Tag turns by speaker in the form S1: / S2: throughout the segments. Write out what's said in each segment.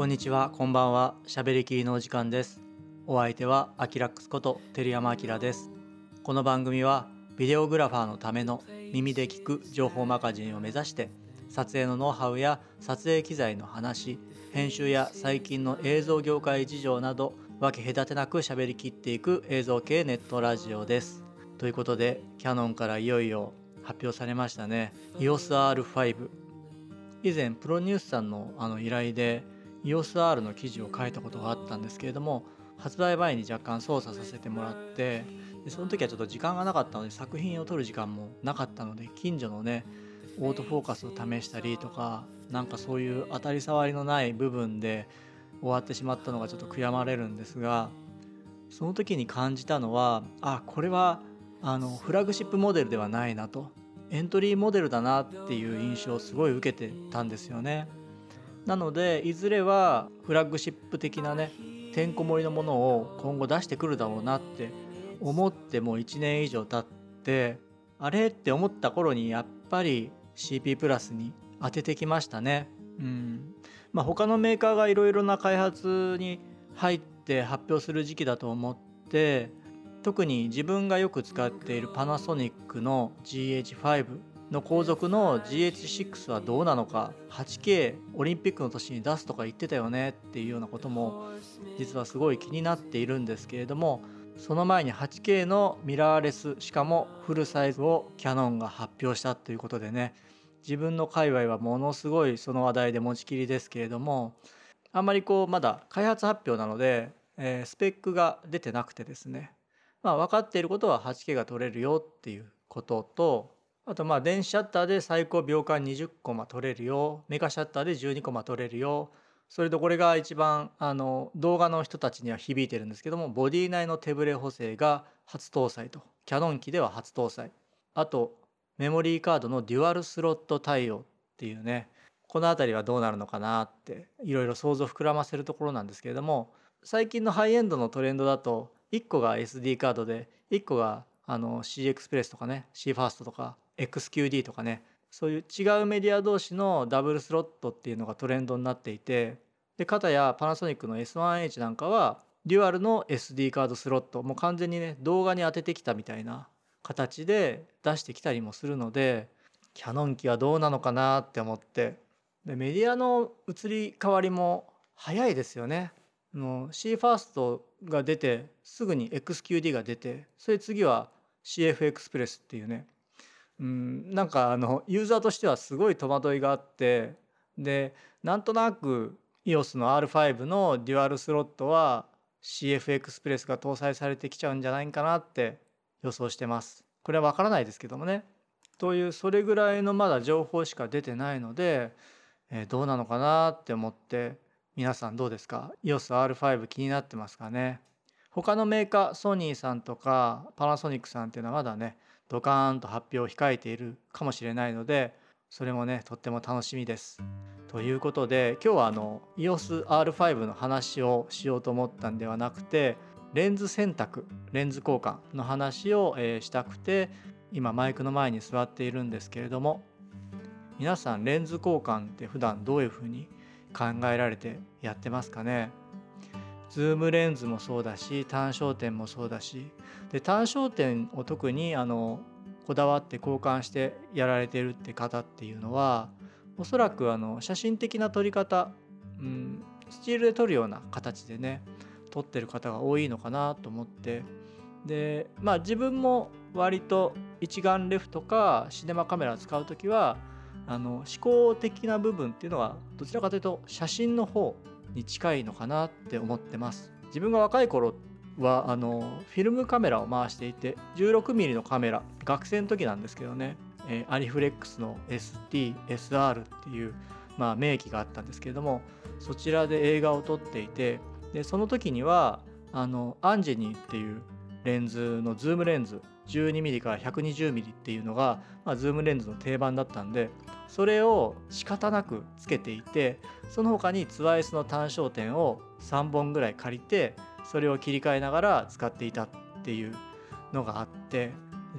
S1: こんにちは、こんばんは。しゃべりきりのお時間です。お相手はアキラックスこと照山明です。この番組はビデオグラファーのための耳で聞く情報マガジンを目指して、撮影のノウハウや撮影機材の話、編集や最近の映像業界事情など分け隔てなくしゃべりきっていく映像系ネットラジオです。ということで、キヤノンからいよいよ発表されましたね。EOS R5。以前プロニュースさんの依頼で EOS-R の記事を書いたことがあったんですけれども、発売前に若干操作させてもらって、その時はちょっと時間がなかったので、作品を撮る時間もなかったので、近所のねオートフォーカスを試したりとか、なんかそういう当たり障りのない部分で終わってしまったのがちょっと悔やまれるんですが、その時に感じたのは、これはフラグシップモデルではないなと、エントリーモデルだなっていう印象をすごい受けてたんですよね。なのでいずれはフラッグシップ的なね、てんこ盛りのものを今後出してくるだろうなって思っても1年以上経って、あれって思った頃にやっぱり CP プラスに当ててきましたね。他のメーカーがいろいろな開発に入って発表する時期だと思って、特に自分がよく使っているパナソニックの GH5 の後続の GH6 はどうなのか、 8K オリンピックの年に出すとか言ってたよねっていうようなことも実はすごい気になっているんですけれども、その前に 8K のミラーレス、しかもフルサイズをキヤノンが発表したということでね、自分の界隈はものすごいその話題で持ちきりですけれども、あんまりまだ開発発表なので、スペックが出てなくてですね、分かっていることは 8K が撮れるよっていうことと、あと電子シャッターで最高秒間20コマ撮れるよ、メガシャッターで12コマ撮れるよ。それとこれが一番動画の人たちには響いてるんですけども、ボディ内の手ブレ補正が初搭載と、キヤノン機では初搭載。あとメモリーカードのデュアルスロット対応っていうね、この辺りはどうなるのかなっていろいろ想像膨らませるところなんですけれども、最近のハイエンドのトレンドだと1個が SD カードで1個がC エクスプレスとかね、 C ファーストとか XQD とかね、そういう違うメディア同士のダブルスロットっていうのがトレンドになっていて、で片やパナソニックの S1H なんかはデュアルの SD カードスロット、もう完全にね動画に当ててきたみたいな形で出してきたりもするので、キヤノン機はどうなのかなって思って。でメディアの移り変わりも早いですよね。C ファーストが出てすぐに XQD が出て、それ次は CF エクスプレスっていうね、なんかユーザーとしてはすごい戸惑いがあって、でなんとなく EOS の R5 のデュアルスロットは CF エクスプレスが搭載されてきちゃうんじゃないかなって予想してます。これは分からないですけどもね。というそれぐらいのまだ情報しか出てないので、どうなのかなって思って、皆さんどうですか？ EOS-R5 気になってますかね？他のメーカー、ソニーさんとかパナソニックさんっていうのはまだねドカーンと発表を控えているかもしれないので、それもねとっても楽しみです。ということで、今日はEOS-R5 の話をしようと思ったんではなくて、レンズ選択、レンズ交換の話をしたくて今マイクの前に座っているんですけれども、皆さんレンズ交換って普段どういうふうに考えられてやってますかね？ズームレンズもそうだし、単焦点もそうだし、で単焦点を特にこだわって交換してやられてるって方っていうのは、おそらく写真的な撮り方、スチールで撮るような形でね撮ってる方が多いのかなと思って、で自分も割と一眼レフとかシネマカメラ使う時は思考的な部分っていうのはどちらかというと写真の方に近いのかなって思ってます。自分が若い頃はフィルムカメラを回していて、 16mm のカメラ、学生の時なんですけどね、アリフレックスの ST、SR っていう名機があったんですけれども、そちらで映画を撮っていて、でその時にはアンジェニーっていうレンズのズームレンズ 12mm から 120mm っていうのが、ズームレンズの定番だったんで、それを仕方なくつけていて、その他にツワイスの単焦点を3本ぐらい借りて、それを切り替えながら使っていたっていうのがあって、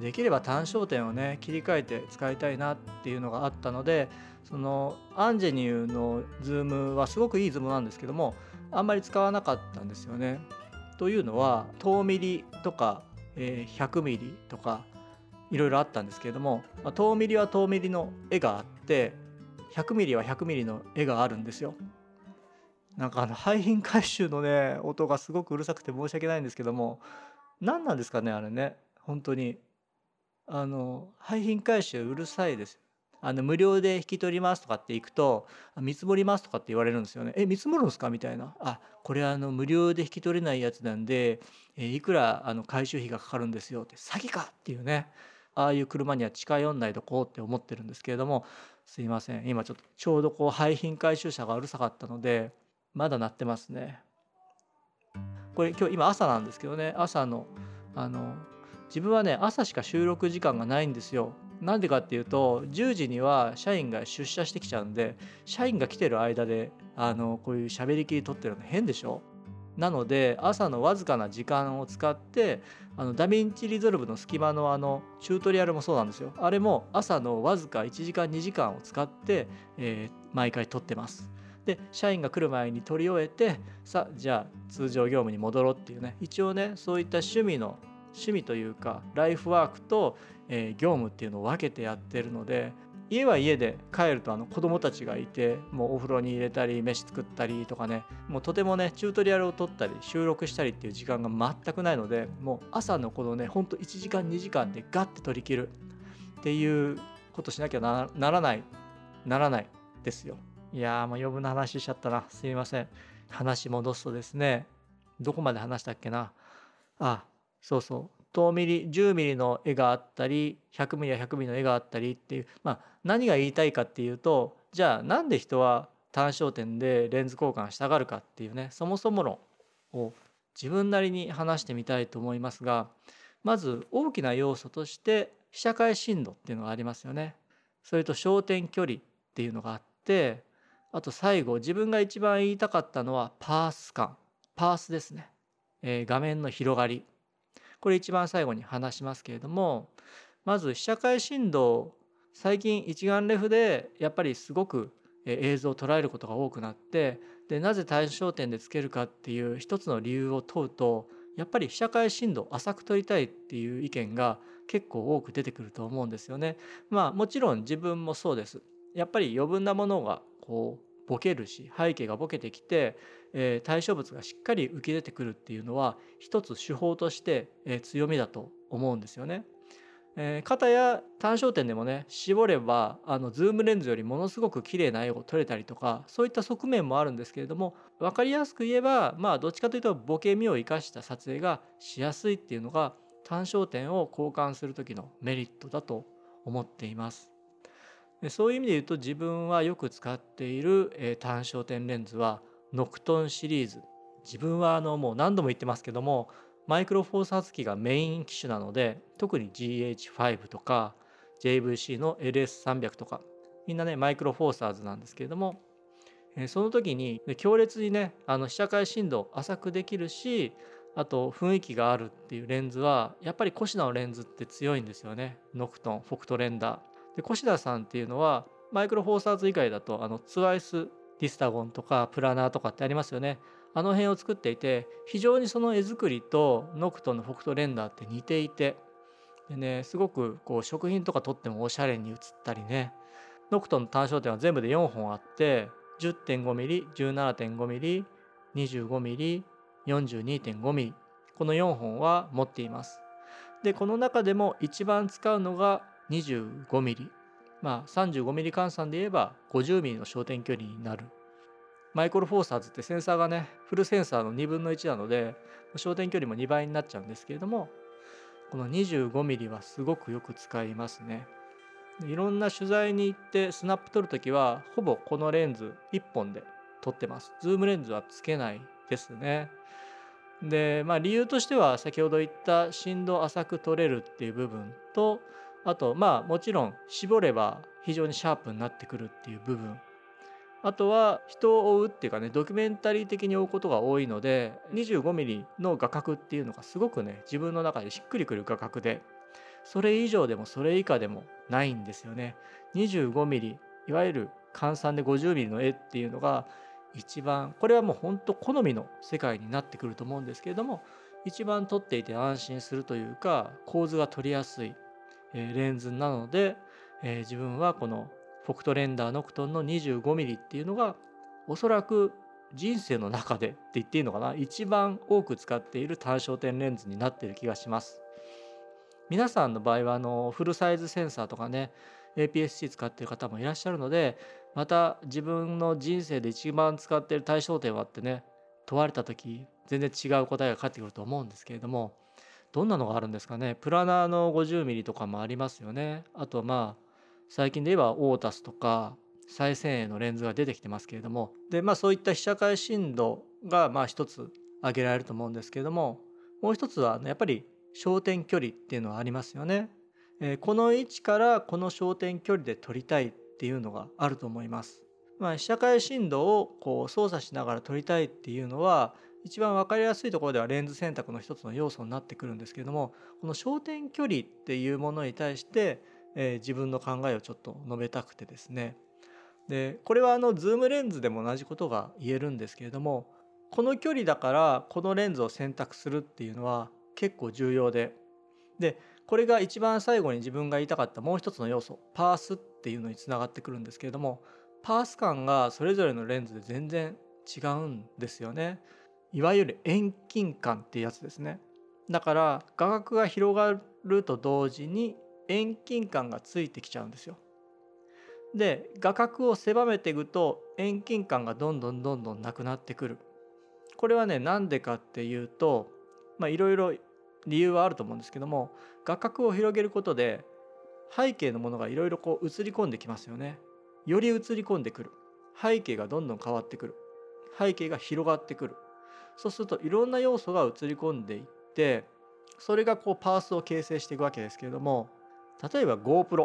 S1: できれば単焦点をね切り替えて使いたいなっていうのがあったので、そのアンジェニューのズームはすごくいいズームなんですけども、あんまり使わなかったんですよね。というのは遠ミリとか、100ミリとかいろいろあったんですけれども、遠ミリは遠ミリの絵があって100ミリは100ミリの絵があるんですよ。なんか廃品回収のね音がすごくうるさくて申し訳ないんですけども、何なんですかねあれね、本当に。廃品回収うるさいです。無料で引き取りますとかって行くと、見積もりますとかって言われるんですよね。見積もるんですかみたいな。これ無料で引き取れないやつなんで、いくら回収費がかかるんですよって、詐欺かっていうね。ああいう車には近寄んないとこうって思ってるんですけれども、すいません。今ちょうど廃品回収車がうるさかったので、まだ鳴ってますね。これ今朝なんですけどね、朝のあの自分はね朝しか収録時間がないんですよ。なんでかっていうと10時には社員が出社してきちゃうんで、社員が来てる間でこういう喋り切り撮ってるの変でしょ。なので朝のわずかな時間を使ってダヴィンチリゾルブの隙間のチュートリアルもそうなんですよ。あれも朝のわずか1時間2時間を使って、毎回撮ってます。で社員が来る前に撮り終えて、さあじゃあ通常業務に戻ろうっていうね、一応ねそういった趣味というかライフワークと、業務っていうのを分けてやってるので、家は家で帰ると子供たちがいて、もうお風呂に入れたり飯作ったりとかね、もうとてもねチュートリアルを撮ったり収録したりっていう時間が全くないので、もう朝のこのねほんと1時間2時間でガッて撮り切るっていうことしなきゃならないですよ。いやーもう余分な話しちゃったな、すいません。話戻すとですね、どこまで話したっけな。そうそう、遠ミリ10ミリの絵があったり100ミリや100ミリの絵があったりっていう、何が言いたいかっていうと、じゃあなんで人は単焦点でレンズ交換したがるかっていうね、そもそも論を自分なりに話してみたいと思いますが、まず大きな要素として被写界深度っていうのがありますよね。それと焦点距離っていうのがあって、あと最後自分が一番言いたかったのはパースですね。画面の広がり、これ一番最後に話しますけれども、まず被写界深度、最近一眼レフでやっぱりすごく映像を捉えることが多くなって、でなぜ単焦点でつけるかっていう一つの理由を問うと、やっぱり被写界深度を浅く撮りたいっていう意見が結構多く出てくると思うんですよね。もちろん自分もそうです。やっぱり余分なものがボケるし、背景がボケてきて、対象物がしっかり浮き出てくるっていうのは一つ手法として、強みだと思うんですよね。片や単焦点でもね絞ればズームレンズよりものすごく綺麗な絵を撮れたりとか、そういった側面もあるんですけれども、分かりやすく言えばどっちかというとボケ身を生かした撮影がしやすいっていうのが単焦点を交換する時のメリットだと思っています。そういう意味で言うと自分はよく使っている単焦点レンズはノクトンシリーズ。自分はもう何度も言ってますけども、マイクロフォーサーズ機がメイン機種なので、特に GH5 とか JVC の LS300 とかみんなねマイクロフォーサーズなんですけれども、その時に強烈にね被写界深度浅くできるし、あと雰囲気があるっていうレンズはやっぱりコシナのレンズって強いんですよね。ノクトン、フォクトレンダーで、コシナさんっていうのはマイクロフォーサーズ以外だとツアイスディスタゴンとかプラナーとかってありますよね。あの辺を作っていて、非常にその絵作りとノクトンのフォクトレンダーって似ていて、でねすごく食品とか撮ってもおしゃれに写ったりね。ノクトンの単焦点は全部で4本あって、10.5 ミリ、17.5 ミリ、25ミリ、42.5 ミリ、この4本は持っています。でこの中でも一番使うのが25ミリ、35ミリ換算で言えば50ミリの焦点距離になる。マイクロフォーサーズってセンサーがねフルセンサーの2分の1なので焦点距離も2倍になっちゃうんですけれども、この25ミリはすごくよく使いますね。いろんな取材に行ってスナップ撮るときはほぼこのレンズ1本で撮ってます。ズームレンズはつけないですね。で理由としては先ほど言った深度浅く撮れるっていう部分と、あともちろん絞れば非常にシャープになってくるっていう部分、あとは人を追うっていうかねドキュメンタリー的に追うことが多いので、25ミリの画角っていうのがすごくね自分の中でしっくりくる画角で、 それ以上でもそれ以下でもないんですよね。25ミリ、いわゆる換算で50ミリの絵っていうのが一番、これはもう本当好みの世界になってくると思うんですけれども、一番撮っていて安心するというか構図が撮りやすいレンズなので、自分はこのフォクトレンダーノクトンの 25mm っていうのがおそらく人生の中でって言っていいのかな、一番多く使っている単焦点レンズになっている気がします。皆さんの場合はフルサイズセンサーとかね APS-C 使っている方もいらっしゃるので、また自分の人生で一番使っている対焦点はってね問われた時全然違う答えが返ってくると思うんですけれども、どんなのがあるんですかね。プラナーの 50mm とかもありますよね。あと最近で言えばオータスとか最先鋭のレンズが出てきてますけれども、でそういった被写界深度が一つ挙げられると思うんですけれども、もう一つはやっぱり焦点距離っていうのはありますよね。この位置からこの焦点距離で撮りたいっていうのがあると思います。被写界深度を操作しながら撮りたいっていうのは一番分かりやすいところではレンズ選択の一つの要素になってくるんですけれども、この焦点距離っていうものに対して、自分の考えをちょっと述べたくてですね。でこれはズームレンズでも同じことが言えるんですけれども、この距離だからこのレンズを選択するっていうのは結構重要で、これが一番最後に自分が言いたかったもう一つの要素パースっていうのにつながってくるんですけれども、パース感がそれぞれのレンズで全然違うんですよね。いわゆる遠近感っていうやつですね。だから画角が広がると同時に遠近感がついてきちゃうんですよ。で画角を狭めていくと遠近感がどんどんなくなってくる。これはねなんでかっていうといろいろ理由はあると思うんですけども、画角を広げることで背景のものがいろいろ映り込んできますよね。より映り込んでくる。背景がどんどん変わってくる。背景が広がってくる。そうするといろんな要素が映り込んでいって、それがパースを形成していくわけですけれども、例えば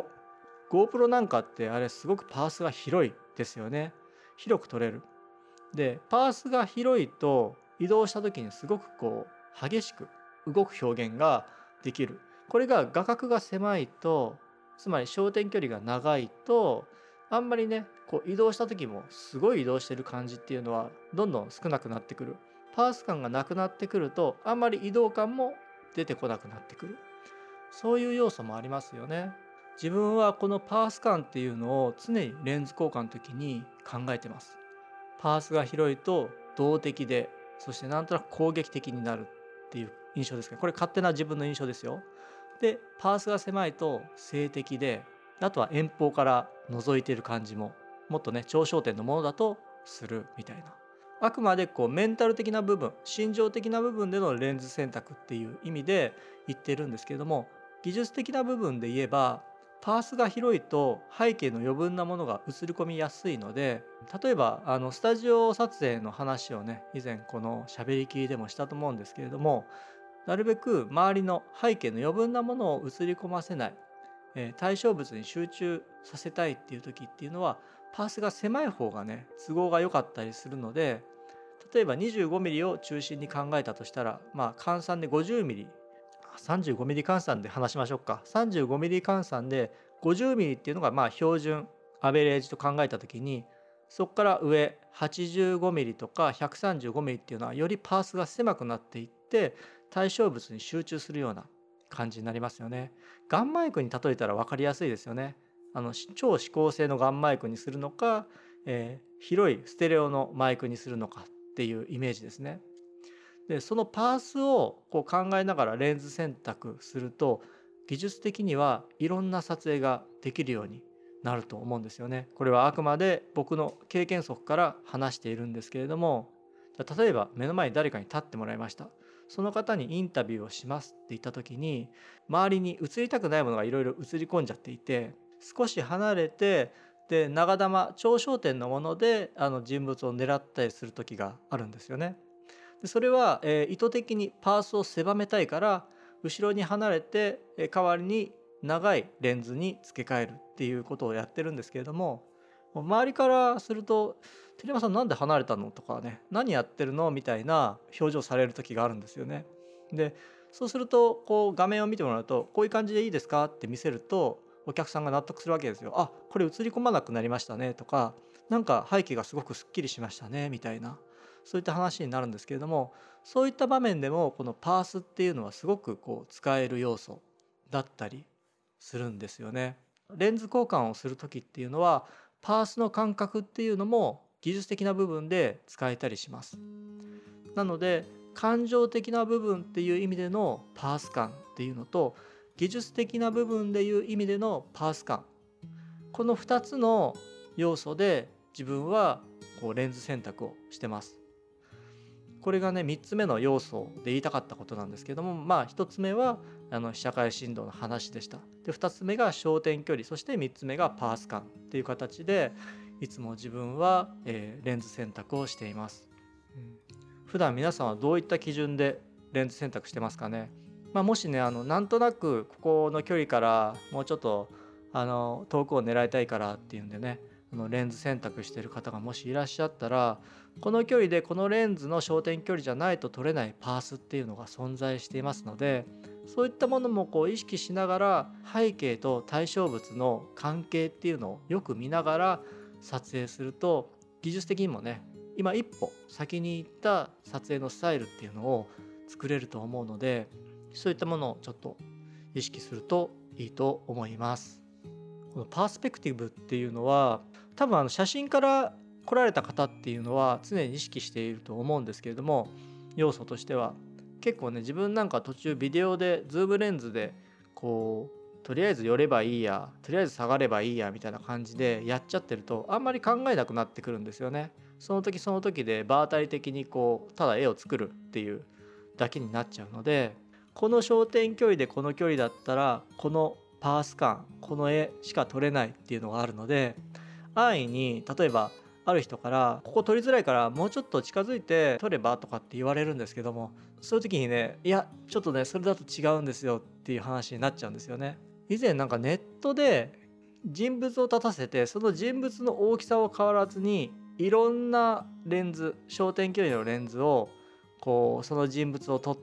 S1: GoPro なんかってあれすごくパースが広いですよね。広く撮れる。でパースが広いと移動した時にすごく激しく動く表現ができる。これが画角が狭いと、つまり焦点距離が長いとあんまりね移動した時もすごい移動してる感じっていうのはどんどん少なくなってくる。パース感がなくなってくるとあんまり移動感も出てこなくなってくる。そういう要素もありますよね。自分はこのパース感っていうのを常にレンズ交換の時に考えてます。パースが広いと動的で、そしてなんとなく攻撃的になるっていう印象ですけど、これ勝手な自分の印象ですよ。でパースが狭いと静的で、あとは遠方から覗いている感じももっとね超焦点のものだとするみたいな、あくまでメンタル的な部分、心情的な部分でのレンズ選択っていう意味で言ってるんですけれども、技術的な部分で言えばパースが広いと背景の余分なものが映り込みやすいので、例えばスタジオ撮影の話をね以前このしゃべりきりでもしたと思うんですけれども、なるべく周りの背景の余分なものを映り込ませない、対象物に集中させたいっていう時っていうのはパースが狭い方がね都合が良かったりするので、例えば 25mm を中心に考えたとしたら、換算で 50mm、 35mm 換算で話しましょうか。 35mm 換算で 50mm っていうのが標準アベレージと考えた時に、そこから上 85mm とか 135mm っていうのはよりパースが狭くなっていって対象物に集中するような感じになりますよね。ガンマイクに例えたら分かりやすいですよね。超指向性のガンマイクにするのか、広いステレオのマイクにするのかっていうイメージですね。でそのパースを考えながらレンズ選択すると技術的にはいろんな撮影ができるようになると思うんですよね。これはあくまで僕の経験則から話しているんですけれども、例えば目の前に誰かに立ってもらいました。その方にインタビューをしますって言った時に、周りに映りたくないものがいろいろ映り込んじゃっていて、少し離れてで長玉長焦点のもので人物を狙ったりする時があるんですよね。でそれは、意図的にパースを狭めたいから後ろに離れて、代わりに長いレンズに付け替えるっていうことをやってるんですけれども、周りからすると「寺山さんなんで離れたの?」とかね「何やってるの?」みたいな表情される時があるんですよね。でそうするとこう画面を見てもらうと、こういう感じでいいですかって見せるとお客さんが納得するわけですよ。あ、これ映り込まなくなりましたねとか、なんか背景がすごくすっきりしましたねみたいな、そういった話になるんですけれども、そういった場面でもこのパースっていうのはすごくこう使える要素だったりするんですよね。レンズ交換をする時っていうのはパースの感覚っていうのも技術的な部分で使えたりします。なので感情的な部分っていう意味でのパース感っていうのと、技術的な部分でいう意味でのパース感、この2つの要素で自分はこうレンズ選択をしてます。これがね3つ目の要素で言いたかったことなんですけども、1つ目は被写界深度の話でした。で2つ目が焦点距離、そして3つ目がパース感っていう形でいつも自分は、レンズ選択をしています。普段皆さんはどういった基準でレンズ選択してますかね。もしねなんとなくここの距離からもうちょっと遠くを狙いたいからっていうんでね、レンズ選択している方がもしいらっしゃったら、この距離でこのレンズの焦点距離じゃないと撮れないパースっていうのが存在していますので、そういったものもこう意識しながら背景と対象物の関係っていうのをよく見ながら撮影すると、技術的にもね今一歩先に行った撮影のスタイルっていうのを作れると思うので、そういったものをちょっと意識するといいと思います。このパースペクティブっていうのは多分写真から来られた方っていうのは常に意識していると思うんですけれども、要素としては結構ね、自分なんか途中ビデオでズームレンズでこうとりあえず寄ればいいや、とりあえず下がればいいやみたいな感じでやっちゃってるとあんまり考えなくなってくるんですよね。その時その時で場当たり的にこうただ絵を作るっていうだけになっちゃうので、この焦点距離でこの距離だったらこのパース感、この絵しか撮れないっていうのがあるので、安易に例えばある人からここ撮りづらいからもうちょっと近づいて撮ればとかって言われるんですけども、そういう時にね、いやちょっとねそれだと違うんですよっていう話になっちゃうんですよね。以前なんかネットで人物を立たせて、その人物の大きさを変わらずにいろんなレンズ、焦点距離のレンズをこうその人物を撮って、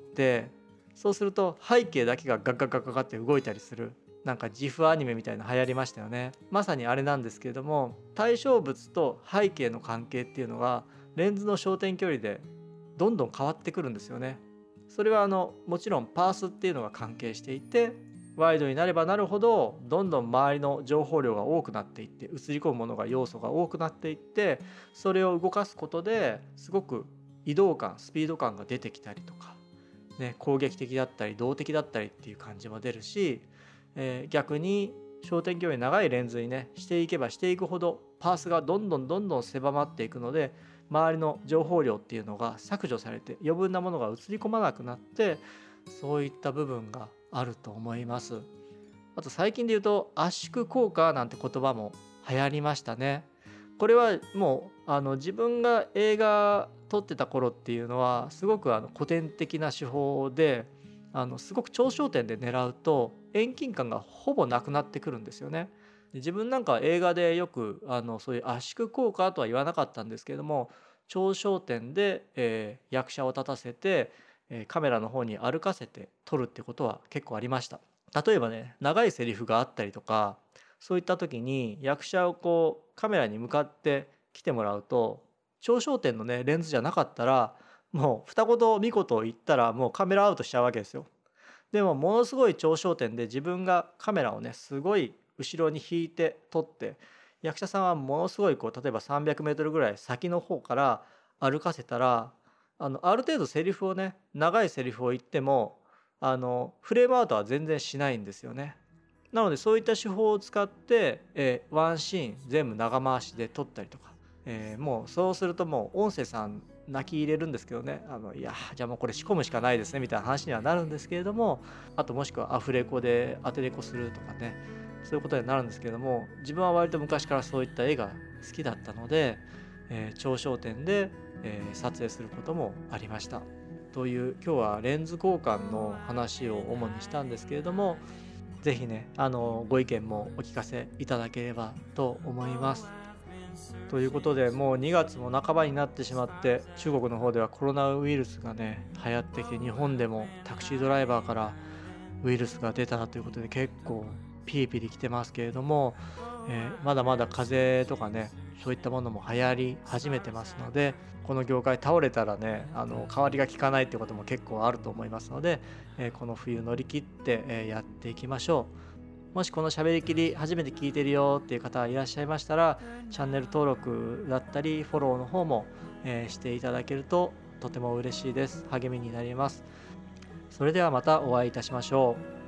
S1: そうすると背景だけがガッガッガッガッって動いたりする、なんか GIF アニメみたいな流行りましたよね。まさにあれなんですけれども、対象物と背景の関係っていうのがレンズの焦点距離でどんどん変わってくるんですよね。それはもちろんパースっていうのが関係していて、ワイドになればなるほどどんどん周りの情報量が多くなっていって、映り込むものが要素が多くなっていって、それを動かすことですごく移動感、スピード感が出てきたりとか、ね、攻撃的だったり動的だったりっていう感じも出るし、逆に焦点距離長いレンズにねしていけばしていくほどパースがどんどん狭まっていくので、周りの情報量っていうのが削除されて余分なものが映り込まなくなって、そういった部分があると思います。あと最近で言うと圧縮効果なんて言葉も流行りましたね。これはもう自分が映画撮ってた頃っていうのはすごく古典的な手法で、すごく長焦点で狙うと遠近感がほぼなくなってくるんですよね。で自分なんかは映画でよくそういう圧縮効果とは言わなかったんですけれども、長焦点で、役者を立たせて、カメラの方に歩かせて撮るってことは結構ありました。例えばね、長いセリフがあったりとか、そういった時に役者をこうカメラに向かって来てもらうと、長焦点のねレンズじゃなかったらもう二言三言言ったらもうカメラアウトしちゃうわけですよ。でもものすごい長焦点で自分がカメラをねすごい後ろに引いて撮って、役者さんはものすごいこう例えば300メートルぐらい先の方から歩かせたら、ある程度セリフをね、長いセリフを言ってもフレームアウトは全然しないんですよね。なのでそういった手法を使って、ワンシーン全部長回しで撮ったりとか、もうそうするともう音声さん泣き入れるんですけどね、いやじゃあもうこれ仕込むしかないですねみたいな話にはなるんですけれども、あともしくはアフレコでアテレコするとかね、そういうことになるんですけれども、自分は割と昔からそういった絵が好きだったので、長焦点で、撮影することもありました。という今日はレンズ交換の話を主にしたんですけれども、ぜひねご意見もお聞かせいただければと思います。 ということで、もう2月も半ばになってしまって、中国の方ではコロナウイルスがね流行ってきて、日本でもタクシードライバーからウイルスが出たということで結構ピリピリきてますけれども、まだまだ風邪とかねそういったものも流行り始めてますので、この業界倒れたらね代わりが効かないってことも結構あると思いますので、この冬乗り切って、やっていきましょう。もしこのしゃべりきり初めて聞いてるよっていう方がいらっしゃいましたら、チャンネル登録だったりフォローの方も、していただけるととても嬉しいです。励みになります。それではまたお会いいたしましょう。